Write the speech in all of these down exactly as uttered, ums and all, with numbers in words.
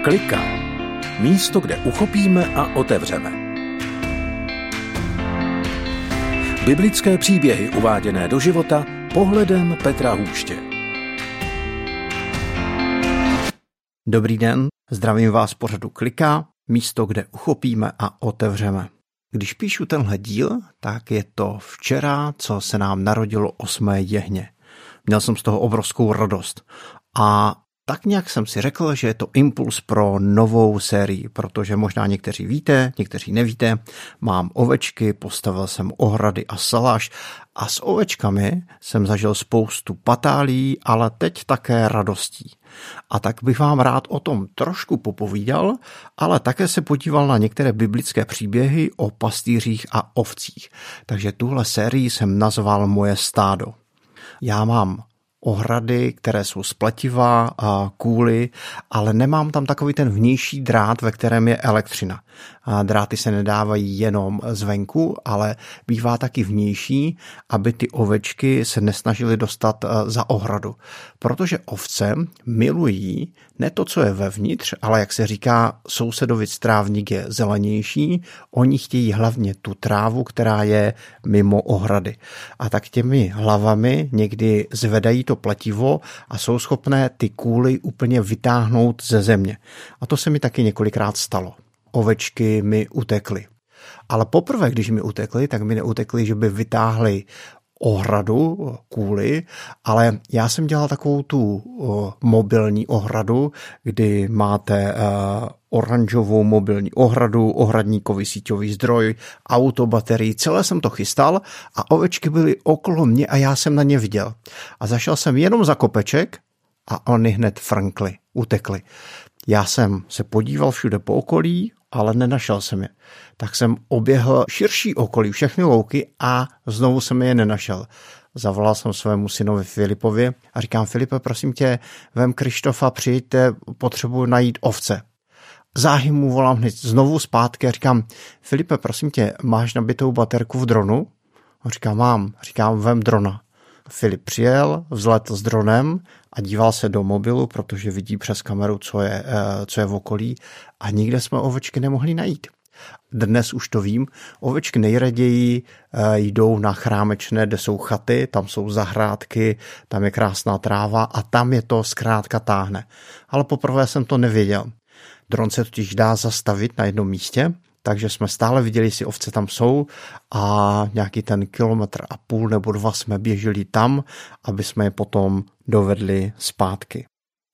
Klika. Místo, kde uchopíme a otevřeme. Biblické příběhy uváděné do života pohledem Petra Hůště. Dobrý den, zdravím vás z pořadu Klika, místo, kde uchopíme a otevřeme. Když píšu tenhle díl, tak je to včera, co se nám narodilo osmé jehně. Měl jsem z toho obrovskou radost a tak nějak jsem si řekl, že je to impuls pro novou sérii, protože možná někteří víte, někteří nevíte, mám ovečky, postavil jsem ohrady a saláš a s ovečkami jsem zažil spoustu patálí, ale teď také radostí. A tak bych vám rád o tom trošku popovídal, ale také se podíval na některé biblické příběhy o pastýřích a ovcích. Takže tuhle sérii jsem nazval Moje stádo. Já mám ohrady, které jsou z pletiva a kůly, ale nemám tam takový ten vnější drát, ve kterém je elektřina. A dráty se nedávají jenom zvenku, ale bývá taky vnější, aby ty ovečky se nesnažily dostat za ohradu. Protože ovce milují ne to, co je vevnitř, ale jak se říká, sousedovic trávník je zelenější, oni chtějí hlavně tu trávu, která je mimo ohrady. A tak těmi hlavami někdy zvedají to pletivo a jsou schopné ty kůly úplně vytáhnout ze země. A to se mi taky několikrát stalo. Ovečky mi utekly. Ale poprvé, když mi utekly, tak mi neutekly, že by vytáhly ohradu, kůly, ale já jsem dělal takovou tu o, mobilní ohradu, kdy máte uh, oranžovou mobilní ohradu, ohradníkový síťový zdroj, auto, baterii, celé jsem to chystal a ovečky byly okolo mě a já jsem na ně viděl. A zašel jsem jenom za kopeček a oni hned frnkli, utekli. Já jsem se podíval všude po okolí, ale nenašel jsem je. Tak jsem oběhl širší okolí, všechny louky a znovu jsem je nenašel. Zavolal jsem svému synovi Filipovi a říkám: Filipe, prosím tě, vem Krištofa, přijďte, potřebuji najít ovce. Záhy mu volám hned znovu zpátky a říkám: Filipe, prosím tě, máš nabitou baterku v dronu? On říká: mám. Říkám: vem drona. Filip přijel, vzletl s dronem a díval se do mobilu, protože vidí přes kameru, co je, co je v okolí, a nikde jsme ovečky nemohli najít. Dnes už to vím, ovečky nejraději jdou na Chrámečné, kde jsou chaty, tam jsou zahrádky, tam je krásná tráva a tam je to zkrátka táhne. Ale poprvé jsem to nevěděl. Dron se totiž dá zastavit na jednom místě, takže jsme stále viděli, jestli ovce tam jsou a nějaký ten kilometr a půl nebo dva jsme běželi tam, aby jsme je potom dovedli zpátky.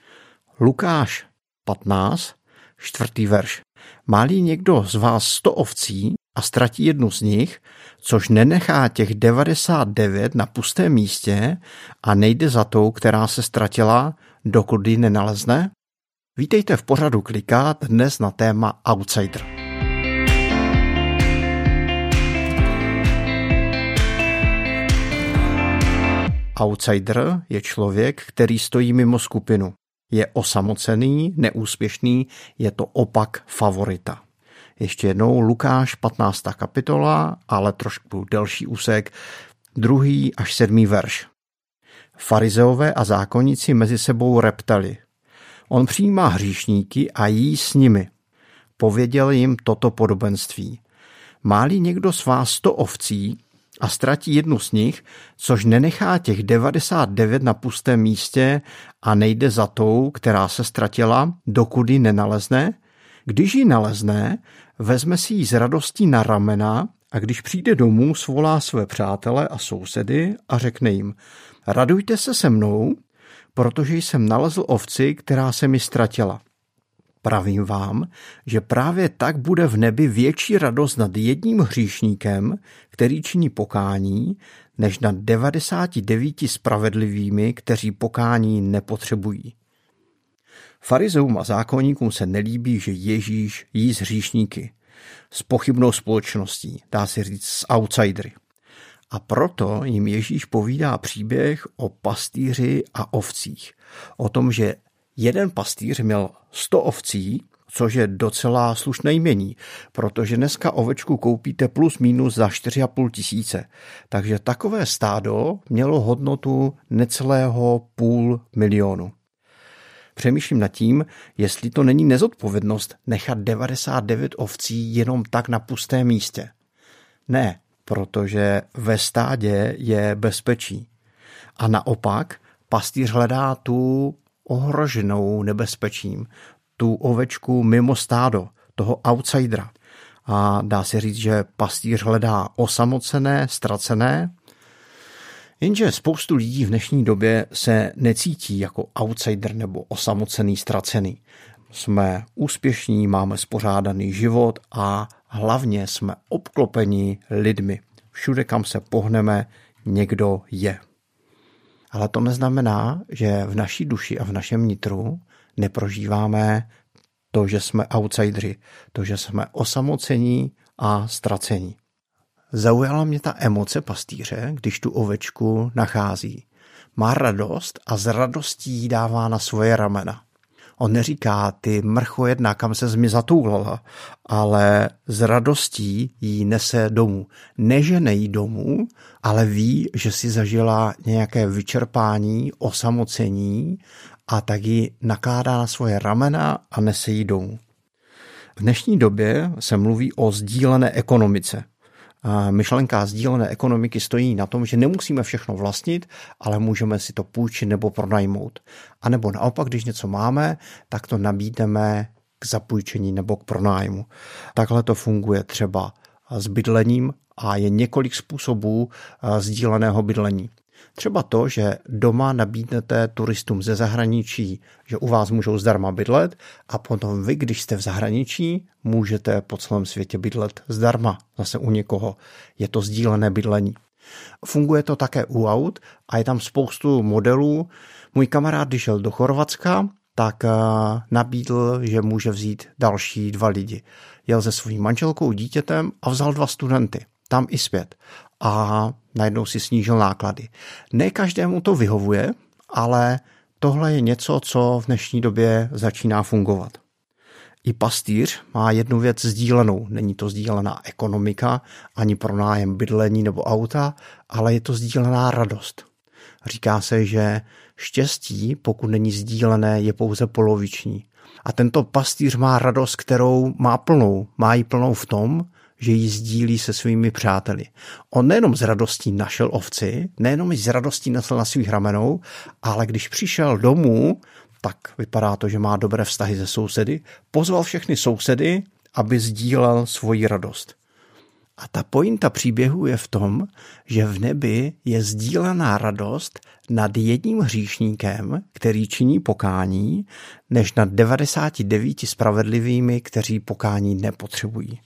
Lukáš patnáct, čtvrtý verš. Má-li někdo z vás sto ovcí a ztratí jednu z nich, což nenechá těch devadesát devět na pustém místě a nejde za tou, která se ztratila, dokud ji nenalezne? Vítejte v pořadu Klika dnes na téma Outsider. Outsider je člověk, který stojí mimo skupinu. Je osamocený, neúspěšný, je to opak favorita. Ještě jednou Lukáš patnáctá kapitola, ale trošku delší úsek, druhý až sedmý verš. Farizeové a zákonníci mezi sebou reptali. On přijímá hříšníky a jí s nimi. Pověděl jim toto podobenství. Má-li někdo z vás sto ovcí a ztratí jednu z nich, což nenechá těch devadesát devět na pustém místě a nejde za tou, která se ztratila, dokud ji nenalezne? Když ji nalezne, vezme si ji s radostí na ramena a když přijde domů, svolá své přátele a sousedy a řekne jim: radujte se se mnou, protože jsem nalezl ovci, která se mi ztratila. Pravím vám, že právě tak bude v nebi větší radost nad jedním hříšníkem, který činí pokání, než nad devadesáti devíti spravedlivými, kteří pokání nepotřebují. Farizeům a zákonníkům se nelíbí, že Ježíš jí s hříšníky, s pochybnou společností, dá se říct s outsidery. A proto jim Ježíš povídá příběh o pastýři a ovcích. O tom, že jeden pastýř měl sto ovcí, což je docela slušné jmění, protože dneska ovečku koupíte plus minus za čtyři a půl tisíce. Takže takové stádo mělo hodnotu necelého půl milionu. přemýšlím nad tím, jestli to není nezodpovědnost nechat devadesát devět ovcí jenom tak na pustém místě. Ne, protože ve stádě je bezpečí. A naopak pastýř hledá tu ohroženou nebezpečím, tu ovečku mimo stádo, toho outsidera. A dá se říct, že pastýř hledá osamocené, ztracené, jenže spoustu lidí v dnešní době se necítí jako outsider nebo osamocený, ztracený. Jsme úspěšní, máme spořádaný život a hlavně jsme obklopeni lidmi. Všude, kam se pohneme, někdo je. Ale to neznamená, že v naší duši a v našem nitru neprožíváme to, že jsme outsideri, to, že jsme osamocení a ztracení. Zaujala mě ta emoce pastýře, když tu ovečku nachází. Má radost a s radostí jí dává na svoje ramena. On neříká, ty mrcho jedna, kam se mi zatoulala, ale s radostí jí nese domů. Nežene jí domů, ale ví, že si zažila nějaké vyčerpání, osamocení a tak ji nakládá na svoje ramena a nese jí domů. V dnešní době se mluví o sdílené ekonomice. A myšlenka sdílené ekonomiky stojí na tom, že nemusíme všechno vlastnit, ale můžeme si to půjčit nebo pronajmout. A nebo naopak, když něco máme, tak to nabídneme k zapůjčení nebo k pronájmu. Takhle to funguje třeba s bydlením a je několik způsobů sdíleného bydlení. Třeba to, že doma nabídnete turistům ze zahraničí, že u vás můžou zdarma bydlet a potom vy, když jste v zahraničí, můžete po celém světě bydlet zdarma, zase u někoho. Je to sdílené bydlení. Funguje to také u aut a je tam spoustu modelů. Můj kamarád, když šel do Chorvatska, tak nabídl, že může vzít další dva lidi. Jel se svou manželkou, dítětem a vzal dva studenty. Tam i zpět. A najednou si snížil náklady. Ne každému to vyhovuje, ale tohle je něco, co v dnešní době začíná fungovat. I pastýř má jednu věc sdílenou. Není to sdílená ekonomika, ani pronájem bydlení nebo auta, ale je to sdílená radost. Říká se, že štěstí, pokud není sdílené, je pouze poloviční. A tento pastýř má radost, kterou má plnou. Má ji plnou v tom, že ji sdílí se svými přáteli. On nejenom z radostí našel ovci, nejenom z radostí nesl na svých ramenou, ale když přišel domů, tak vypadá to, že má dobré vztahy se sousedy, pozval všechny sousedy, aby sdílel svoji radost. A ta pointa příběhu je v tom, že v nebi je sdílená radost nad jedním hříšníkem, který činí pokání, než nad devadesáti devíti spravedlivými, kteří pokání nepotřebují.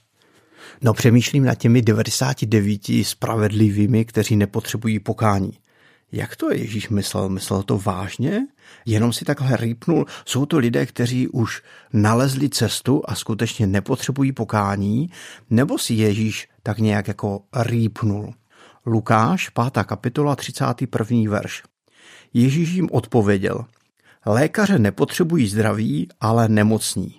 No přemýšlím nad těmi devadesáti devíti spravedlivými, kteří nepotřebují pokání. Jak to Ježíš myslel? Myslel to vážně? Jenom si takhle rýpnul? Jsou to lidé, kteří už nalezli cestu a skutečně nepotřebují pokání? Nebo si Ježíš tak nějak jako rýpnul? Lukáš, pátá kapitola, třicátý první verš. Ježíš jim odpověděl: lékaře nepotřebují zdraví, ale nemocní.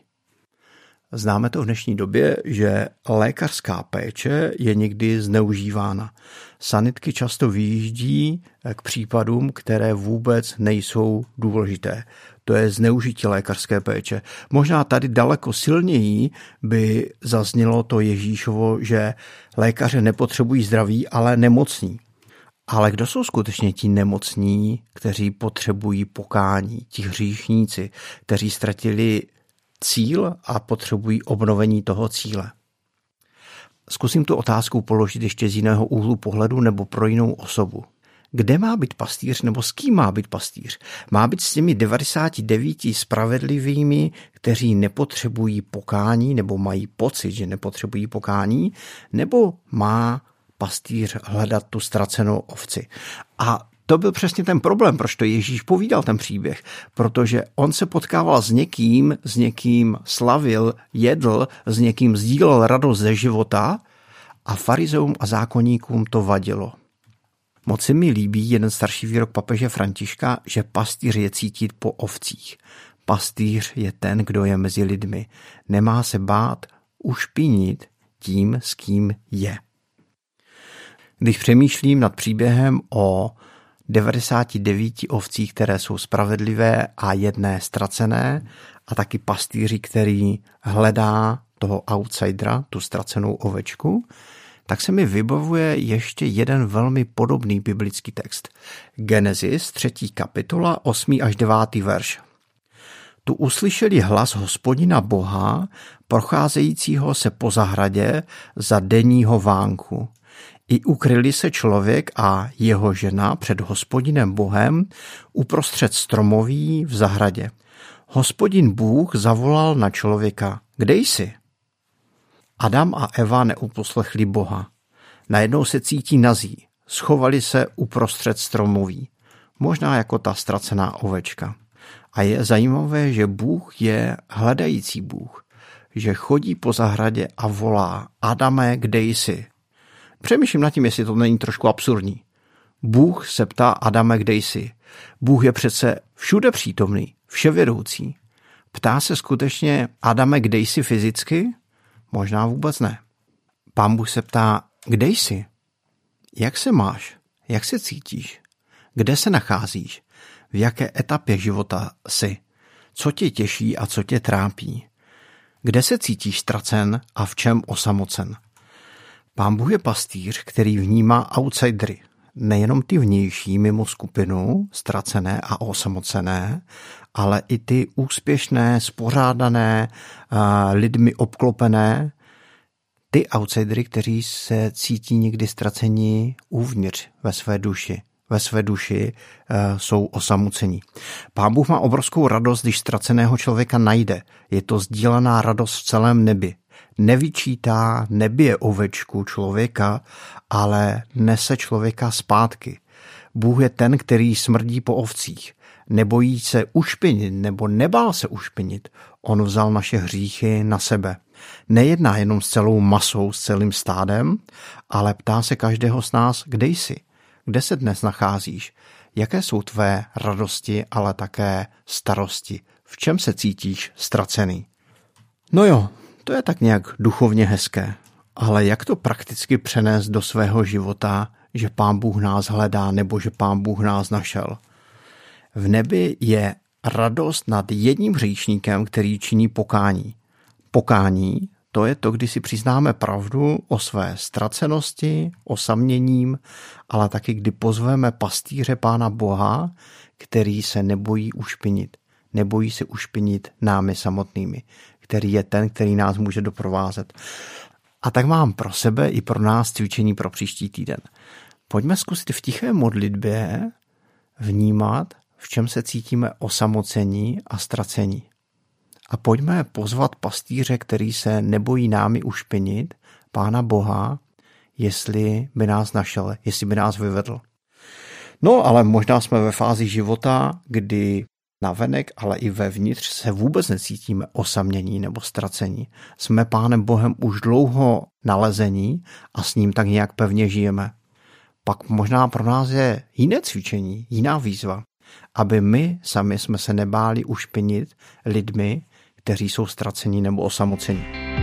Známe to v dnešní době, že lékařská péče je někdy zneužívána. Sanitky často vyjíždí k případům, které vůbec nejsou důležité. To je zneužití lékařské péče. Možná tady daleko silněji by zaznělo to Ježíšovo, že lékaře nepotřebují zdraví, ale nemocní. Ale kdo jsou skutečně ti nemocní, kteří potřebují pokání, ti hříšníci, kteří ztratili cíl a potřebují obnovení toho cíle? Zkusím tu otázku položit ještě z jiného úhlu pohledu nebo pro jinou osobu. Kde má být pastýř nebo s kým má být pastýř? Má být s těmi devadesáti devíti spravedlivými, kteří nepotřebují pokání nebo mají pocit, že nepotřebují pokání, nebo má pastýř hledat tu ztracenou ovci? A to byl přesně ten problém, proč to Ježíš povídal ten příběh, protože on se potkával s někým, s někým slavil, jedl, s někým sdílel radost ze života a farizeům a zákonníkům to vadilo. Moc se mi líbí jeden starší výrok papeže Františka, že pastýř je cítit po ovcích. Pastýř je ten, kdo je mezi lidmi. Nemá se bát ušpinit tím, s kým je. Když přemýšlím nad příběhem o devadesáti devíti ovcí, které jsou spravedlivé a jedné ztracené, a taky pastýři, který hledá toho outsidera, tu ztracenou ovečku, tak se mi vybavuje ještě jeden velmi podobný biblický text. Genesis, třetí kapitola, osmý až devátý verš. Tu uslyšeli hlas Hospodina Boha, procházejícího se po zahradě za denního vánku. I ukryli se člověk a jeho žena před Hospodinem Bohem uprostřed stromoví v zahradě. Hospodin Bůh zavolal na člověka: Kde jsi? Adam a Eva neuposlechli Boha. Najednou se cítí nazí. Schovali se uprostřed stromoví. Možná jako ta ztracená ovečka. A je zajímavé, že Bůh je hledající Bůh. Že chodí po zahradě a volá: Adame, kde jsi? Přemýšlím nad tím, jestli to není trošku absurdní. Bůh se ptá: Adame, kde jsi? Bůh je přece všude přítomný, vševědoucí. Ptá se skutečně: Adame, kde jsi fyzicky? Možná vůbec ne. Pán Bůh se ptá: Kde jsi? Jak se máš? Jak se cítíš? Kde se nacházíš? V jaké etapě života jsi? Co tě těší a co tě trápí? Kde se cítíš ztracen a v čem osamocen? Pán Bůh je pastýř, který vnímá outsidery. Nejenom ty vnější mimo skupinu, ztracené a osamocené, ale i ty úspěšné, spořádané, lidmi obklopené, ty outsidery, kteří se cítí někdy ztracení uvnitř ve své duši. Ve své duši e, jsou osamocení. Pán Bůh má obrovskou radost, když ztraceného člověka najde. Je to sdílená radost v celém nebi. Nevyčítá, nebije ovečku člověka, ale nese člověka zpátky. Bůh je ten, který smrdí po ovcích. Nebojí se ušpinit, nebo nebál se ušpinit. On vzal naše hříchy na sebe. Nejedná jenom s celou masou, s celým stádem, ale ptá se každého z nás: Kde jsi? Kde se dnes nacházíš? Jaké jsou tvé radosti, ale také starosti? V čem se cítíš ztracený? No jo, to je tak nějak duchovně hezké, ale jak to prakticky přenést do svého života, že Pán Bůh nás hledá nebo že Pán Bůh nás našel? V nebi je radost nad jedním hříšníkem, který činí pokání. Pokání, to je to, kdy si přiznáme pravdu o své ztracenosti, osaměním, ale taky kdy pozveme pastýře Pána Boha, který se nebojí ušpinit. Nebojí se ušpinit námi samotnými, který je ten, který nás může doprovázet. A tak mám pro sebe i pro nás cvičení pro příští týden. Pojďme zkusit v tiché modlitbě vnímat, v čem se cítíme osamocení a ztracení. A pojďme pozvat pastýře, který se nebojí námi ušpinit, Pána Boha, jestli by nás našel, jestli by nás vyvedl. No, ale možná jsme ve fázi života, kdy navenek, ale i vevnitř se vůbec necítíme osamění nebo ztracení. Jsme Pánem Bohem už dlouho nalezení a s ním tak nějak pevně žijeme. Pak možná pro nás je jiné cvičení, jiná výzva, aby my sami jsme se nebáli ušpinit lidmi, kteří jsou ztracení nebo osamocení.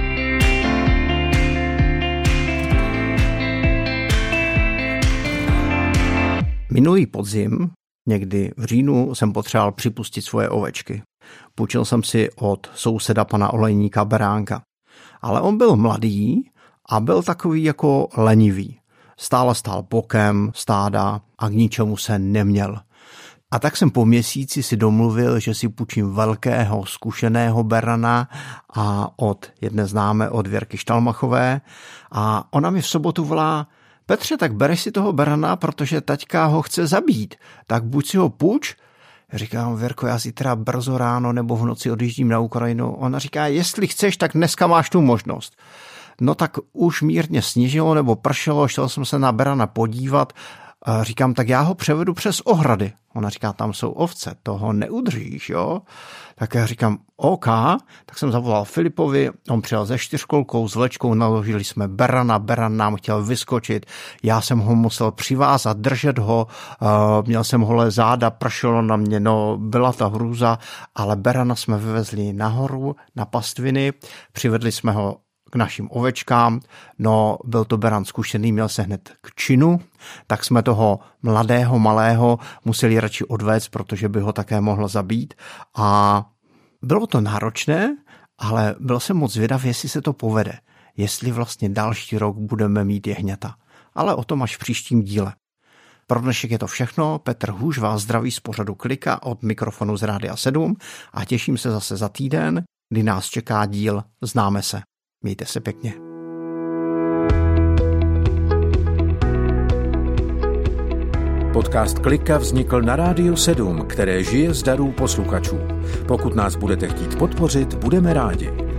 Minulý podzim, někdy v říjnu, jsem potřeboval připustit svoje ovečky. Půjčil jsem si od souseda pana olejníka beránka. Ale on byl mladý a byl takový jako lenivý. Stále stál bokem stáda a k ničemu se neměl. A tak jsem po měsíci si domluvil, že si půjčím velkého, zkušeného berana a od jedné známé, od Věrky Štalmachové. A ona mi v sobotu volá: Petře, tak bereš si toho berana, protože taťka ho chce zabít. Tak buď si ho půjč. Říkám: Věrko, já zítra brzo ráno nebo v noci odjíždím na Ukrajinu. Ona říká: jestli chceš, tak dneska máš tu možnost. No tak už mírně sněžilo nebo pršelo, šel jsem se na berana podívat. Říkám: tak já ho převedu přes ohrady. Ona říká: tam jsou ovce, toho neudržíš, jo? Tak já říkám: OK, tak jsem zavolal Filipovi, on přijel se čtyřkolkou, s vlečkou, naložili jsme berana, beran nám chtěl vyskočit, já jsem ho musel přivázat, držet ho, měl jsem holé záda, pršelo na mě, no byla ta hrůza, ale berana jsme vyvezli nahoru, na pastviny, přivedli jsme ho k našim ovečkám. No, byl to beran zkušený, měl se hned k činu, tak jsme toho mladého, malého museli radši odvést, protože by ho také mohl zabít. A bylo to náročné, ale byl jsem moc zvědav, jestli se to povede. Jestli vlastně další rok budeme mít jehňata. Ale o tom až v příštím díle. Pro dnešek je to všechno. Petr Hůž vás zdraví z pořadu Klika od mikrofonu z Rádia sedm a těším se zase za týden, kdy nás čeká díl Známe se. Mějte se pěkně. Podcast Klika vznikl na Rádiu sedm, které žije z darů posluchačů. Pokud nás budete chtít podpořit, budeme rádi.